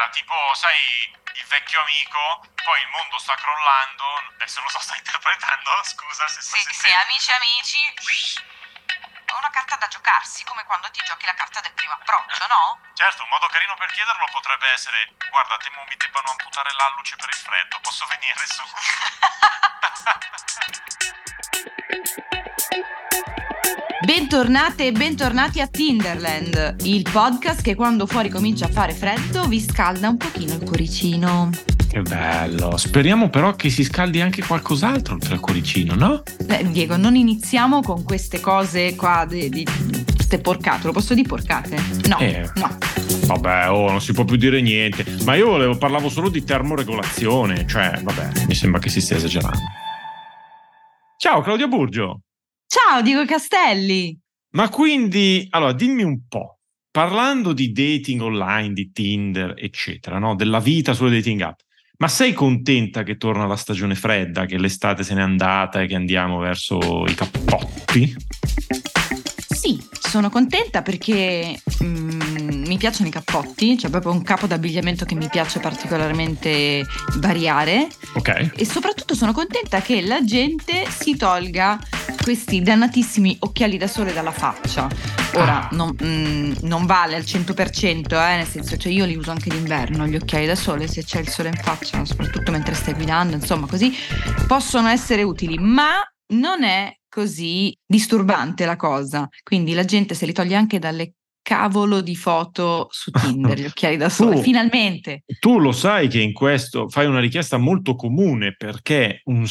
era tipo, sai, il vecchio amico, poi il mondo sta crollando, adesso lo so, sta interpretando, scusa se sta Sì, amici, ho una carta da giocarsi, come quando ti giochi la carta del primo approccio, no? Certo, un modo carino per chiederlo potrebbe essere: guarda, temo mi debbano amputare l'alluce per il freddo, posso venire su? Bentornate e bentornati a Tinderland, il podcast che quando fuori comincia a fare freddo vi scalda un pochino il cuoricino. Che bello, speriamo però che si scaldi anche qualcos'altro oltre al cuoricino, no? Diego, non iniziamo con queste cose qua di queste porcate, lo posso dire porcate? No, no. Vabbè, non si può più dire niente, ma io parlavo solo di termoregolazione, cioè, vabbè, mi sembra che si stia esagerando. Ciao Claudia Burgio. Ciao Diego Castelli. Ma quindi, allora, dimmi un po', parlando di dating online, di Tinder, eccetera, no? Della vita sulle dating app, ma sei contenta che torna la stagione fredda, che l'estate se n'è andata e che andiamo verso i cappotti? Sì, sono contenta perché mi piacciono i cappotti, c'è proprio un capo d'abbigliamento che mi piace particolarmente variare. Ok. E soprattutto sono contenta che la gente si tolga questi dannatissimi occhiali da sole dalla faccia. Ora non vale al 100%, nel senso, cioè io li uso anche d'inverno gli occhiali da sole, se c'è il sole in faccia, soprattutto mentre stai guidando, insomma, così possono essere utili, ma non è così disturbante la cosa. Quindi la gente se li toglie anche dalle cavolo di foto su Tinder, gli occhiali da sole, finalmente. Tu lo sai che in questo fai una richiesta molto comune, perché un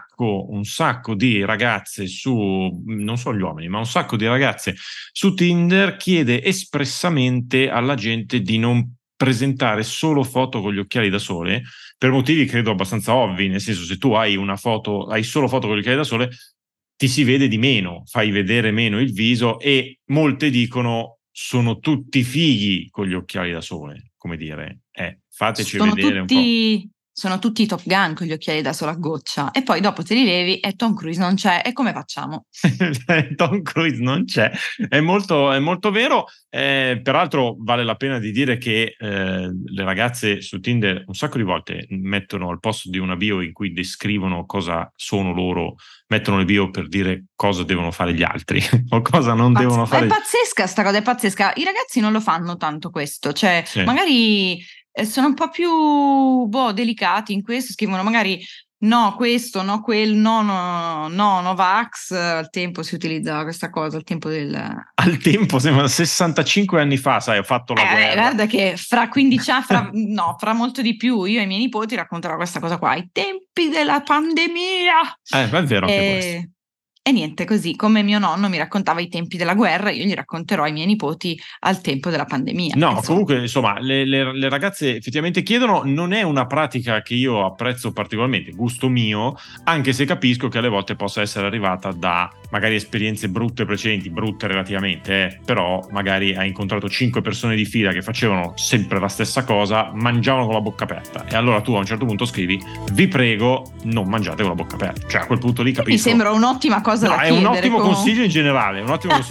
sacco di ragazze non solo gli uomini, ma un sacco di ragazze su Tinder chiede espressamente alla gente di non presentare solo foto con gli occhiali da sole, per motivi credo abbastanza ovvi, nel senso, se tu hai solo foto con gli occhiali da sole, ti si vede di meno, fai vedere meno il viso, e molte dicono sono tutti fighi con gli occhiali da sole, come dire, fateci vedere un po'. Sono tutti Top Gun con gli occhiali da sole a goccia, e poi dopo te li levi e Tom Cruise non c'è, e come facciamo? Tom Cruise non c'è, è molto vero. Peraltro vale la pena di dire che le ragazze su Tinder un sacco di volte mettono al posto di una bio in cui descrivono cosa sono loro, mettono le bio per dire cosa devono fare gli altri o cosa non devono fare. È pazzesca sta cosa, è pazzesca. I ragazzi non lo fanno tanto questo, cioè sì. Magari sono un po' più delicati in questo, scrivono magari no questo, no quel, no Vax. Al tempo si utilizzava questa cosa, al tempo sembra 65 anni fa, sai, ho fatto la guerra. Guarda che fra 15 anni, fra molto di più, io ai miei nipoti racconterò questa cosa qua, ai tempi della pandemia. È vero anche questo. E niente, così come mio nonno mi raccontava i tempi della guerra, io gli racconterò ai miei nipoti al tempo della pandemia. No, comunque, insomma, le ragazze effettivamente chiedono, non è una pratica che io apprezzo particolarmente, gusto mio, anche se capisco che alle volte possa essere arrivata da magari esperienze brutte precedenti, brutte relativamente, però magari hai incontrato 5 persone di fila che facevano sempre la stessa cosa, mangiavano con la bocca aperta, e allora tu a un certo punto scrivi: vi prego, non mangiate con la bocca aperta. Cioè a quel punto lì capisco. Mi sembra un'ottima cosa. No, è un ottimo consiglio in generale,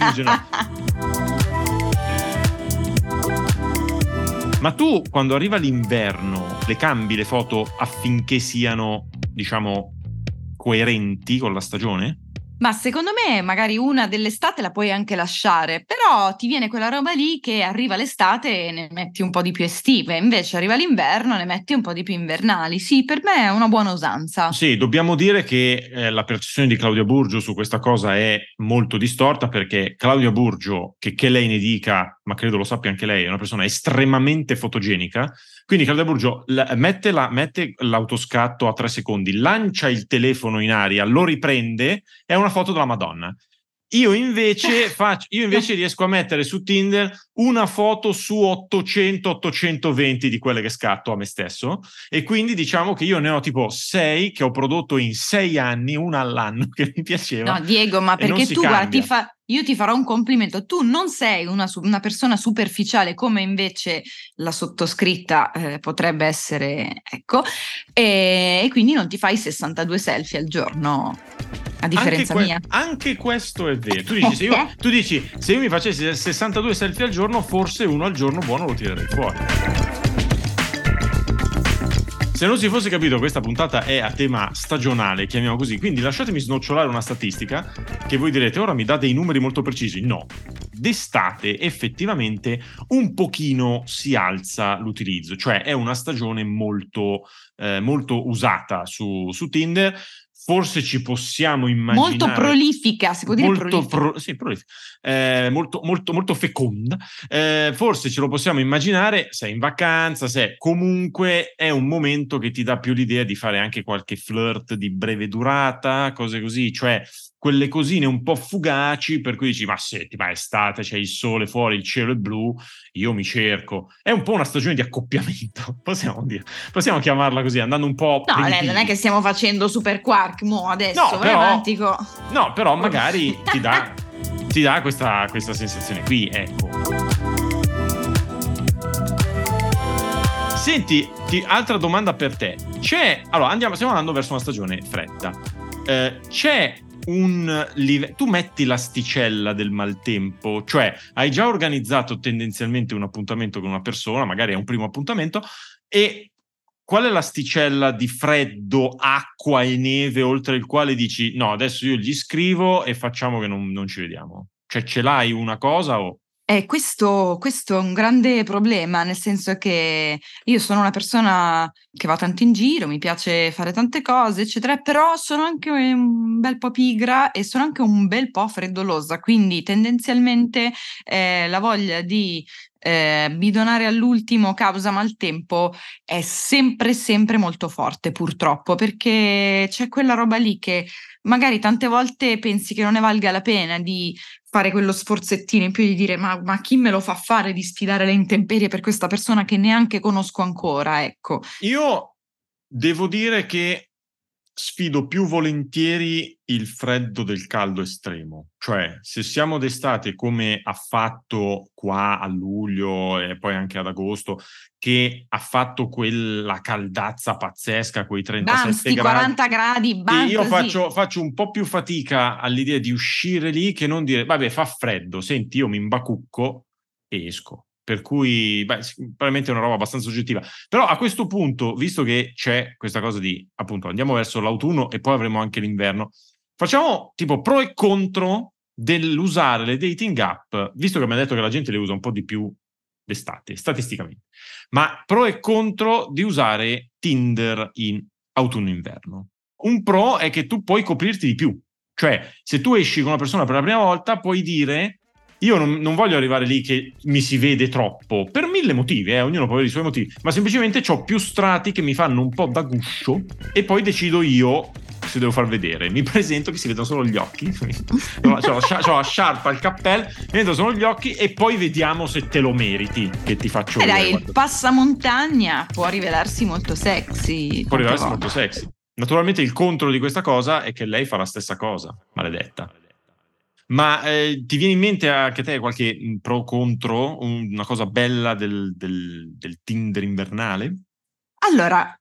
Ma tu, quando arriva l'inverno, le cambi le foto affinché siano, diciamo, coerenti con la stagione? Ma secondo me magari una dell'estate la puoi anche lasciare, però ti viene quella roba lì che arriva l'estate e ne metti un po' di più estive, invece arriva l'inverno e ne metti un po' di più invernali. Sì, per me è una buona usanza. Sì, dobbiamo dire che la percezione di Claudia Burgio su questa cosa è molto distorta, perché Claudia Burgio, che lei ne dica, ma credo lo sappia anche lei, è una persona estremamente fotogenica. Quindi Claudia Burgio mette l'autoscatto a 3 secondi, lancia il telefono in aria, lo riprende, è una foto della Madonna. Io invece riesco a mettere su Tinder una foto su 800-820 di quelle che scatto a me stesso, e quindi diciamo che io ne ho tipo 6 che ho prodotto in 6 anni, una all'anno, che mi piaceva. No, Diego, ma perché tu guarda, io ti farò un complimento, tu non sei una persona superficiale come invece la sottoscritta potrebbe essere, ecco, e quindi non ti fai 62 selfie al giorno, a differenza mia. Anche questo è vero. Tu dici, se io mi facessi 62 selfie al giorno, forse uno al giorno buono lo tirerei fuori. Se non si fosse capito, questa puntata è a tema stagionale, chiamiamo così, quindi lasciatemi snocciolare una statistica che voi direte, ora mi dà dei numeri molto precisi. No, d'estate effettivamente un pochino si alza l'utilizzo, cioè è una stagione molto usata su Tinder. Forse ci possiamo immaginare molto prolifica, si può dire prolifica. sì, prolifica. Molto feconda. Forse ce lo possiamo immaginare se è in vacanza, se comunque è un momento che ti dà più l'idea di fare anche qualche flirt di breve durata, cose così, cioè quelle cosine un po' fugaci per cui dici ma senti, ma è estate, c'è il sole fuori, il cielo è blu, io mi cerco. È un po' una stagione di accoppiamento, possiamo chiamarla così, andando un po' No, primitivi. non è che stiamo facendo super quark mo adesso, romantico. No, però magari ti dà questa sensazione qui, ecco. Senti, altra domanda per te. Allora, stiamo andando verso una stagione fredda. C'è un livello, tu metti l'asticella del maltempo, cioè hai già organizzato tendenzialmente un appuntamento con una persona, magari è un primo appuntamento, e qual è l'asticella di freddo, acqua e neve oltre il quale dici no, adesso io gli scrivo e facciamo che non ci vediamo? Cioè ce l'hai una cosa o... Questo è un grande problema, nel senso che io sono una persona che va tanto in giro, mi piace fare tante cose, eccetera, però sono anche un bel po' pigra e sono anche un bel po' freddolosa, quindi tendenzialmente la voglia di bidonare all'ultimo causa maltempo è sempre molto forte, purtroppo, perché c'è quella roba lì che magari tante volte pensi che non ne valga la pena di fare quello sforzettino in più di dire ma chi me lo fa fare di sfidare le intemperie per questa persona che neanche conosco ancora, ecco. Io devo dire che sfido più volentieri il freddo del caldo estremo, cioè se siamo d'estate come ha fatto qua a luglio e poi anche ad agosto, che ha fatto quella caldazza pazzesca, quei 37 gradi, 40 gradi, bam, io così. faccio un po' più fatica all'idea di uscire lì che non dire vabbè fa freddo, senti io mi imbacucco e esco. Per cui, probabilmente è una roba abbastanza soggettiva. Però a questo punto, visto che c'è questa cosa di, appunto, andiamo verso l'autunno e poi avremo anche l'inverno, facciamo tipo pro e contro dell'usare le dating app, visto che mi ha detto che la gente le usa un po' di più d'estate, statisticamente. Ma pro e contro di usare Tinder in autunno-inverno. Un pro è che tu puoi coprirti di più. Cioè, se tu esci con una persona per la prima volta, puoi dire... Io non voglio arrivare lì che mi si vede troppo, per 1000 motivi, ognuno può avere i suoi motivi, ma semplicemente ho più strati che mi fanno un po' da guscio e poi decido io se devo far vedere. Mi presento che si vedono solo gli occhi, c'ho la sciarpa, il cappello, mi vedono solo gli occhi e poi vediamo se te lo meriti che ti faccio vedere. Dai, il passamontagna può rivelarsi molto sexy. Può rivelarsi molto sexy. Naturalmente il contro di questa cosa è che lei fa la stessa cosa, maledetta. Ma ti viene in mente anche te qualche pro contro, una cosa bella del Tinder invernale? Allora,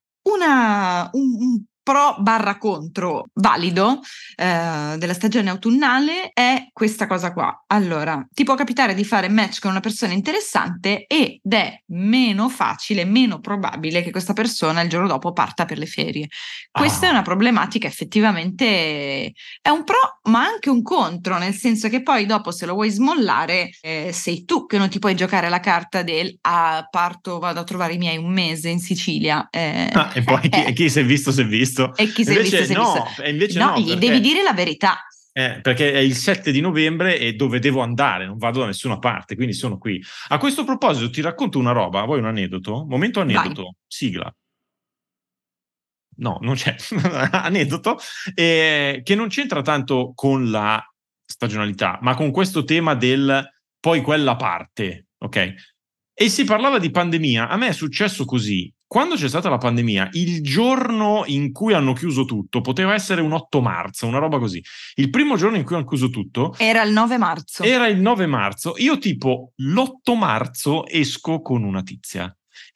un pro barra contro valido della stagione autunnale è questa cosa qua. Allora, ti può capitare di fare match con una persona interessante ed è meno facile, meno probabile che questa persona il giorno dopo parta per le ferie. Questa è una problematica, effettivamente è un pro ma anche un contro, nel senso che poi dopo se lo vuoi smollare sei tu che non ti puoi giocare la carta del parto, vado a trovare i miei un mese in Sicilia. E poi chi si è visto si è visto. E chi si è visto si è visto. Invece no, gli devi dire la verità. Perché è il 7 di novembre e dove devo andare? Non vado da nessuna parte, quindi sono qui. A questo proposito ti racconto una roba, vuoi un aneddoto? Momento aneddoto, vai. Sigla. No, non c'è. Aneddoto che non c'entra tanto con la stagionalità, ma con questo tema del poi quella parte, ok? E si parlava di pandemia. A me è successo così. Quando c'è stata la pandemia, il giorno in cui hanno chiuso tutto poteva essere un 8 marzo, una roba così. Il primo giorno in cui hanno chiuso tutto era il 9 marzo. Era il 9 marzo. Io tipo l'8 marzo esco con una tizia.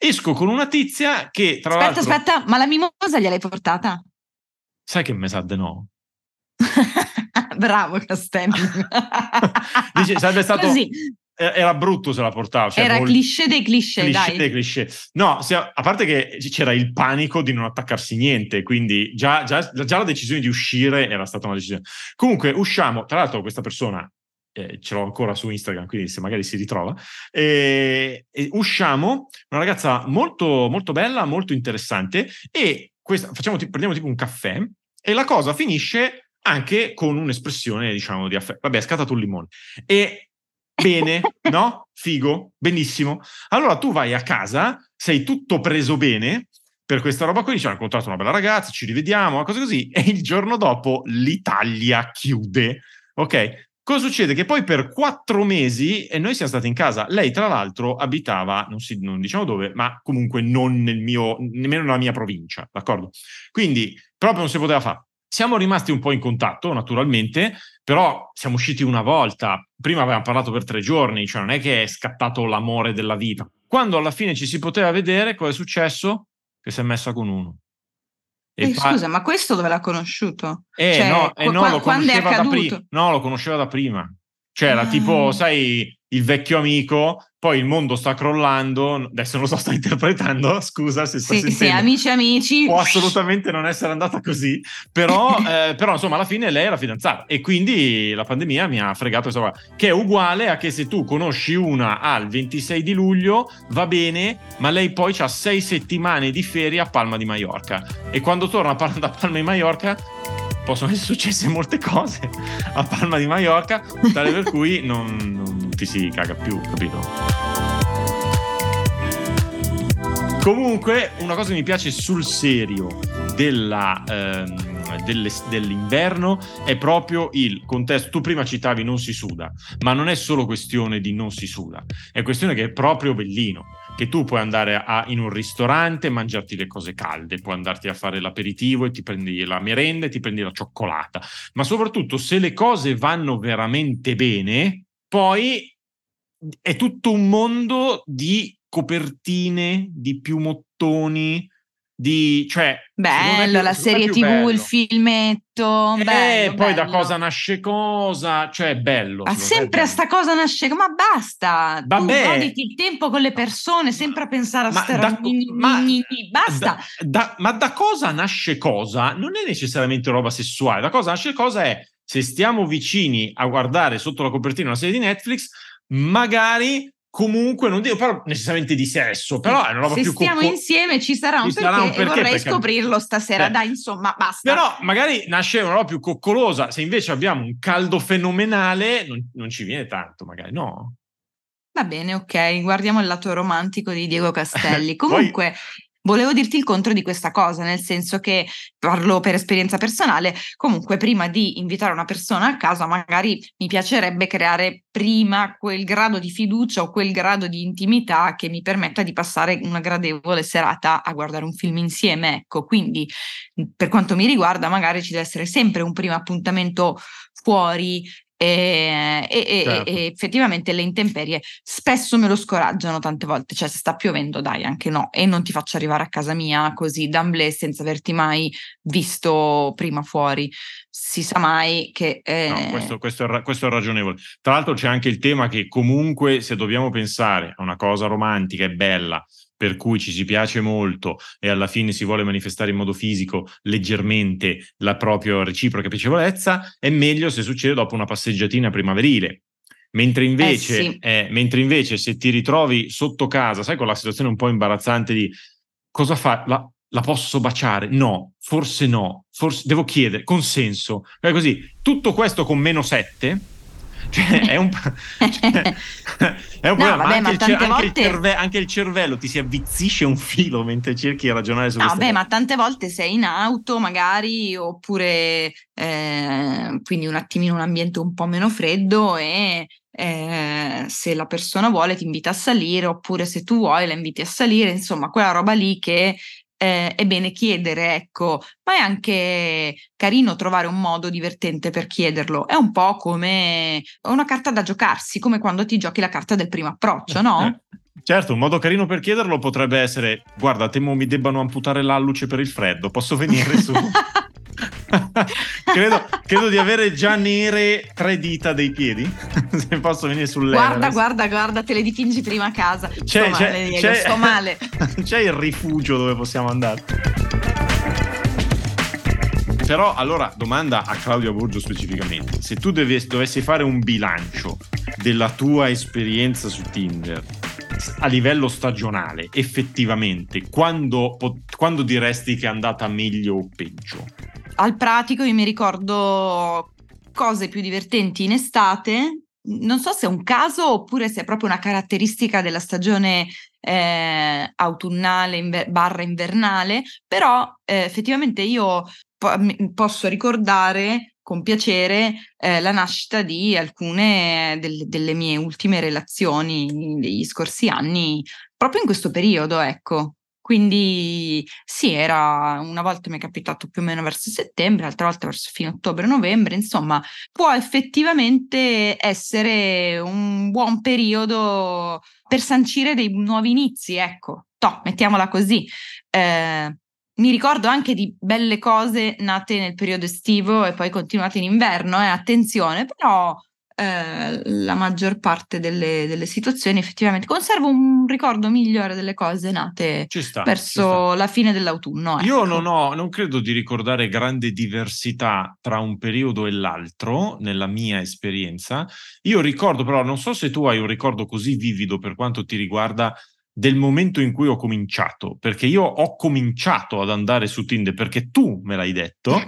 Che tra l'altro... Aspetta, ma la mimosa gliel'hai portata? Sai che me sa de no? Bravo Castelli. Dice, sarebbe stato... Così. era brutto se la portava. Cioè era cliché dei cliché, dai. Dei cliché. No, a parte che c'era il panico di non attaccarsi niente, quindi già la decisione di uscire era stata una decisione. Comunque usciamo, tra l'altro questa persona ce l'ho ancora su Instagram, quindi se magari si ritrova, e usciamo, una ragazza molto, molto bella, molto interessante, e prendiamo tipo un caffè, e la cosa finisce anche con un'espressione, diciamo, di affetto. Vabbè, è scattato un limone. E bene, no? Figo, benissimo. Allora tu vai a casa, sei tutto preso bene per questa roba qui, ci hanno incontrato una bella ragazza, ci rivediamo, cose così, e il giorno dopo l'Italia chiude, ok? Cosa succede? Che poi per 4 mesi e noi siamo stati in casa. Lei, tra l'altro, abitava, non diciamo dove, ma comunque non nemmeno nella mia provincia, d'accordo? Quindi proprio non si poteva fare. Siamo rimasti un po' in contatto, naturalmente, però siamo usciti una volta. Prima avevamo parlato per 3 giorni, cioè non è che è scattato l'amore della vita. Quando alla fine ci si poteva vedere, cosa è successo? Che si è messa con uno. Scusa, ma questo dove l'ha conosciuto? No, lo quando è accaduto? Lo conosceva da prima. Cioè, era tipo, sai, il vecchio amico, poi il mondo sta crollando, adesso non lo so, sta interpretando, scusa se sta sentendo. Sì, amici. Può assolutamente non essere andata così, però insomma alla fine lei era fidanzata e quindi la pandemia mi ha fregato questa cosa, che è uguale a che se tu conosci una al 26 di luglio, va bene, ma lei poi ha 6 settimane di ferie a Palma di Maiorca e quando torna da Palma di Maiorca possono essere successe molte cose a Palma di Maiorca, tale per cui non ti si caga più, capito? Comunque, una cosa che mi piace sul serio dell'inverno è proprio il contesto. Tu prima citavi non si suda, ma non è solo questione di non si suda, è questione che è proprio bellino, che tu puoi andare in un ristorante, mangiarti le cose calde, puoi andarti a fare l'aperitivo e ti prendi la merenda e ti prendi la cioccolata, ma soprattutto se le cose vanno veramente bene, poi è tutto un mondo di copertine, di piumottoni, cioè bello, la serie TV, bello. Il filmetto, bello, poi bello. Da cosa nasce cosa, cioè è bello. Ma sempre a sta cosa nasce, ma basta. Vabbè. Tu goditi il tempo con le persone, sempre a pensare a sta basta. Ma da cosa nasce cosa? Non è necessariamente roba sessuale, da cosa nasce cosa è se stiamo vicini a guardare sotto la copertina una serie di Netflix, magari comunque, non dico però necessariamente di sesso, però è una roba se più stiamo insieme ci sarà un perché e vorrei scoprirlo stasera, dai, insomma, basta. Però magari nasce una roba più coccolosa, se invece abbiamo un caldo fenomenale non ci viene tanto, magari, no? Va bene, ok, guardiamo il lato romantico di Diego Castelli. Comunque volevo dirti il contro di questa cosa, nel senso che parlo per esperienza personale, comunque prima di invitare una persona a casa magari mi piacerebbe creare prima quel grado di fiducia o quel grado di intimità che mi permetta di passare una gradevole serata a guardare un film insieme, ecco, quindi per quanto mi riguarda magari ci deve essere sempre un primo appuntamento fuori. E effettivamente le intemperie spesso me lo scoraggiano tante volte, cioè se sta piovendo dai anche no, e non ti faccio arrivare a casa mia così d'amblè senza averti mai visto prima fuori, si sa mai che no, questo è ragionevole. Tra l'altro c'è anche il tema che comunque se dobbiamo pensare a una cosa romantica e bella per cui ci si piace molto e alla fine si vuole manifestare in modo fisico leggermente la propria reciproca piacevolezza, è meglio se succede dopo una passeggiatina primaverile. Mentre invece se ti ritrovi sotto casa, sai, con la situazione un po' imbarazzante di cosa fa? La posso baciare? No, forse devo chiedere consenso. È così, tutto questo con -7. Cioè, è un problema, anche il cervello ti si avvizzisce un filo mentre cerchi di ragionare su questo. Ma tante volte sei in auto magari, oppure quindi un attimino un ambiente un po' meno freddo e se la persona vuole ti invita a salire, oppure se tu vuoi la inviti a salire, insomma quella roba lì che è bene chiedere, ecco, ma è anche carino trovare un modo divertente per chiederlo, è un po' come una carta da giocarsi, come quando ti giochi la carta del primo approccio, no? Certo, un modo carino per chiederlo potrebbe essere: guarda, temo mi debbano amputare l'alluce per il freddo, posso venire su? credo di avere già nere 3 dita dei piedi. Se posso venire sull'Everest. Guarda, te le dipingi prima a casa. C'è sto male. C'è il rifugio dove possiamo andare. Però allora, domanda a Claudia Burgio specificamente: se tu dovessi fare un bilancio della tua esperienza su Tinder a livello stagionale, effettivamente quando diresti che è andata meglio o peggio? Al pratico io mi ricordo cose più divertenti in estate, non so se è un caso oppure se è proprio una caratteristica della stagione autunnale barra invernale, però effettivamente io posso ricordare con piacere la nascita di alcune delle mie ultime relazioni degli scorsi anni, proprio in questo periodo, ecco. Quindi sì, una volta mi è capitato più o meno verso settembre, altra volta verso fine ottobre-novembre, insomma, può effettivamente essere un buon periodo per sancire dei nuovi inizi, ecco, mettiamola così. Mi ricordo anche di belle cose nate nel periodo estivo e poi continuate in inverno, attenzione, però la maggior parte delle situazioni effettivamente conservo un ricordo migliore delle cose nate verso la fine dell'autunno. Io ecco. non credo di ricordare grande diversità tra un periodo e l'altro nella mia esperienza. Io ricordo però, non so se tu hai un ricordo così vivido per quanto ti riguarda del momento in cui ho cominciato, perché io ho cominciato ad andare su Tinder perché tu me l'hai detto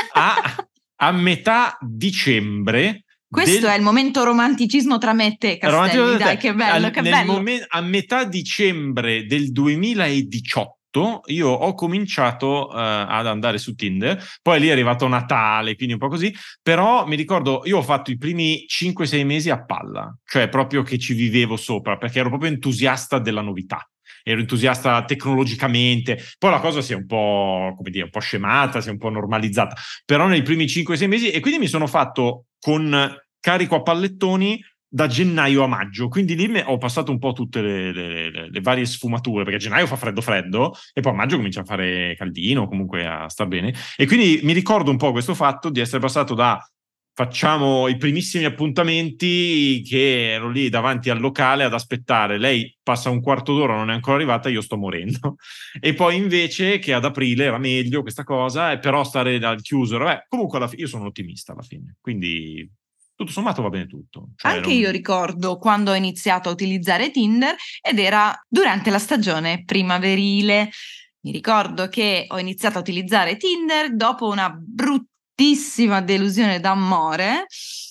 a metà dicembre. Questo è il momento romanticismo tra me e te, Castelli, dai, che bello, che bello. A metà dicembre del 2018 io ho cominciato ad andare su Tinder, poi lì è arrivato Natale, quindi un po' così, però mi ricordo, io ho fatto i primi 5-6 mesi a palla, cioè proprio che ci vivevo sopra, perché ero proprio entusiasta della novità. Ero entusiasta tecnologicamente, poi la cosa si è un po', come dire, un po' scemata, si è un po' normalizzata, però nei primi 5-6 mesi, e quindi mi sono fatto con carico a pallettoni da gennaio a maggio, quindi lì ho passato un po' tutte le varie sfumature, perché a gennaio fa freddo e poi a maggio comincia a fare caldino, comunque a star bene, e quindi mi ricordo un po' questo fatto di essere passato da facciamo i primissimi appuntamenti, che ero lì davanti al locale ad aspettare, lei passa un quarto d'ora, non è ancora arrivata, io sto morendo, e poi invece che ad aprile era meglio questa cosa, e però stare al chiuso, comunque io sono ottimista alla fine, quindi tutto sommato va bene tutto. Anche io ricordo quando ho iniziato a utilizzare Tinder ed era durante la stagione primaverile. Mi ricordo che ho iniziato a utilizzare Tinder dopo una bruttissima delusione d'amore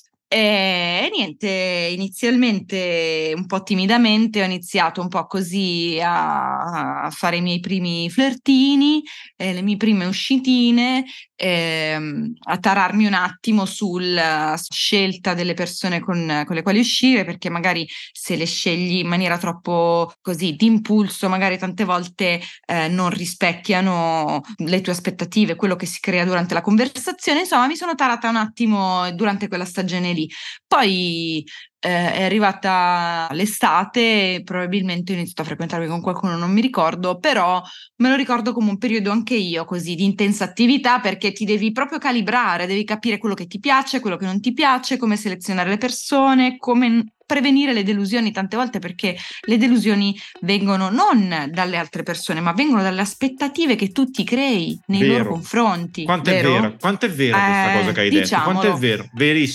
e niente, inizialmente un po' timidamente ho iniziato un po' così a fare i miei primi flirtini, le mie prime uscitine, a tararmi un attimo sulla scelta delle persone con le quali uscire, perché magari se le scegli in maniera troppo così d'impulso, magari tante volte non rispecchiano le tue aspettative, quello che si crea durante la conversazione. Insomma, mi sono tarata un attimo durante quella stagione lì. Poi è arrivata l'estate, probabilmente ho iniziato a frequentarmi con qualcuno, non mi ricordo, però me lo ricordo come un periodo anche io così di intensa attività, perché ti devi proprio calibrare, devi capire quello che ti piace, quello che non ti piace, come selezionare le persone, come prevenire le delusioni tante volte, perché le delusioni vengono non dalle altre persone, ma vengono dalle aspettative che tu ti crei nei loro confronti. Quanto è vera questa cosa che hai detto? Quanto è vero?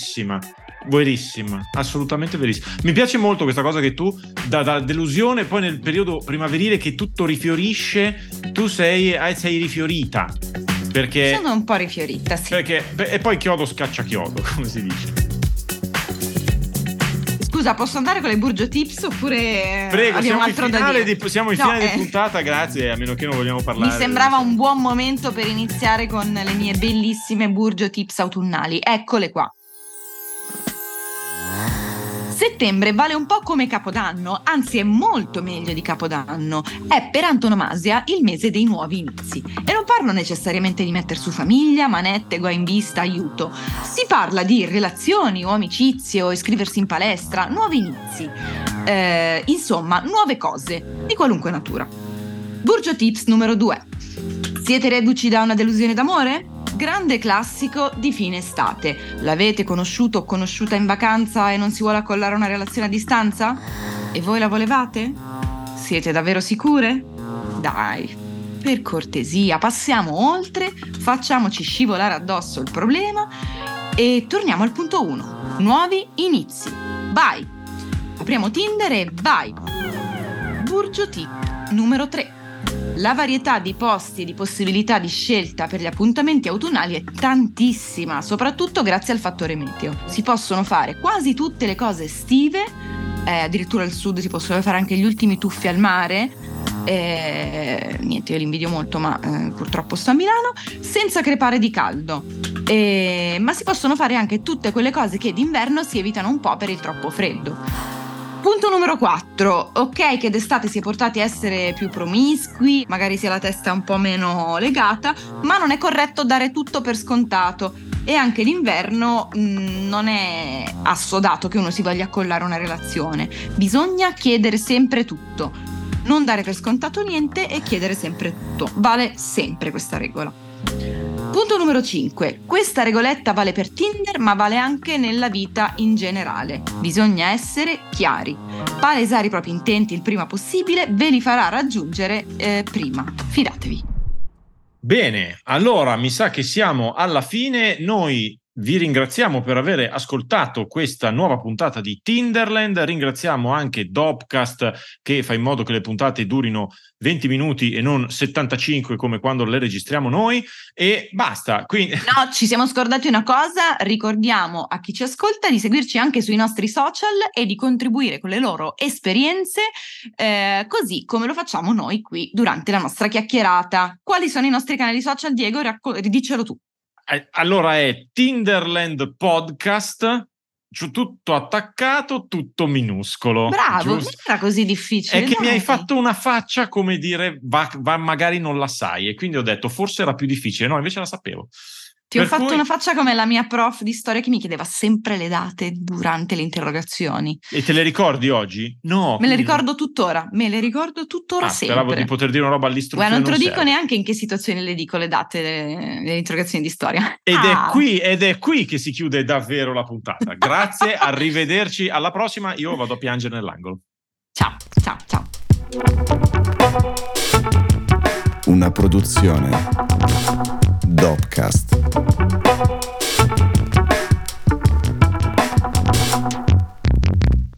Verissima, assolutamente verissima. Mi piace molto questa cosa che tu da delusione, poi nel periodo primaverile che tutto rifiorisce, tu sei rifiorita, perché sono un po' rifiorita, sì. E poi chiodo scaccia chiodo, come si dice. Scusa, posso andare con le Burgio Tips oppure prego, abbiamo altro da dire? Siamo in finale di puntata, grazie, a meno che non vogliamo parlare. Mi sembrava un buon momento per iniziare con le mie bellissime Burgio Tips autunnali. Eccole qua. Settembre vale un po' come Capodanno, anzi è molto meglio di Capodanno. È per antonomasia il mese dei nuovi inizi. E non parlo necessariamente di mettere su famiglia, manette, guai in vista, aiuto. Si parla di relazioni o amicizie o iscriversi in palestra, nuovi inizi. Insomma, nuove cose, di qualunque natura. Burgio Tips numero 2. Siete reduci da una delusione d'amore? grande classico di fine estate. L'avete conosciuto o conosciuta in vacanza e non si vuole accollare una relazione a distanza? E voi la volevate? Siete davvero sicure? Dai, per cortesia, passiamo oltre, facciamoci scivolare addosso il problema e torniamo al punto 1. Nuovi inizi. Vai! Apriamo Tinder e vai! Burgio tip numero 3. La varietà di posti e di possibilità di scelta per gli appuntamenti autunnali è tantissima, soprattutto grazie al fattore meteo. Si possono fare quasi tutte le cose estive, addirittura al sud si possono fare anche gli ultimi tuffi al mare. Niente, io li invidio molto, ma purtroppo sto a Milano, senza crepare di caldo. Ma si possono fare anche tutte quelle cose che d'inverno si evitano un po' per il troppo freddo. Punto numero 4. Ok che d'estate si è portati a essere più promiscui, magari si ha la testa un po' meno legata, ma non è corretto dare tutto per scontato. E anche d'inverno non è assodato che uno si voglia accollare una relazione. Bisogna chiedere sempre tutto. Non dare per scontato niente e chiedere sempre tutto. Vale sempre questa regola. Punto numero 5. Questa regoletta vale per Tinder, ma vale anche nella vita in generale. Bisogna essere chiari. Palesare i propri intenti il prima possibile ve li farà raggiungere prima. Fidatevi. Bene, allora mi sa che siamo alla fine. Noi vi ringraziamo per aver ascoltato questa nuova puntata di Tinderland. Ringraziamo anche Dopcast, che fa in modo che le puntate durino 20 minuti e non 75 come quando le registriamo noi, e basta. Quindi... No, ci siamo scordati una cosa. Ricordiamo a chi ci ascolta di seguirci anche sui nostri social e di contribuire con le loro esperienze, così come lo facciamo noi qui durante la nostra chiacchierata. Quali sono i nostri canali social, Diego? Dicelo tu. Allora è Tinderland Podcast, tutto attaccato, tutto minuscolo. Bravo, non giusto? era così difficile. È che dai. mi hai fatto una faccia come dire va, magari non la sai, e quindi ho detto forse era più difficile. No, invece la sapevo. Ti ho Per fatto cui- una faccia come la mia prof di storia che mi chiedeva sempre le date durante le interrogazioni. E te le ricordi oggi? No. Me le quindi- ricordo tuttora Speravo sempre. di poter dire una roba all'istruzione. Guarda, non te lo non dico serve. neanche in che situazioni le dico le date delle interrogazioni di storia. Ed Ah. è qui che si chiude davvero la puntata. Grazie, arrivederci, alla prossima. Io vado a piangere nell'angolo. Ciao, ciao, ciao. Una produzione Dopcast.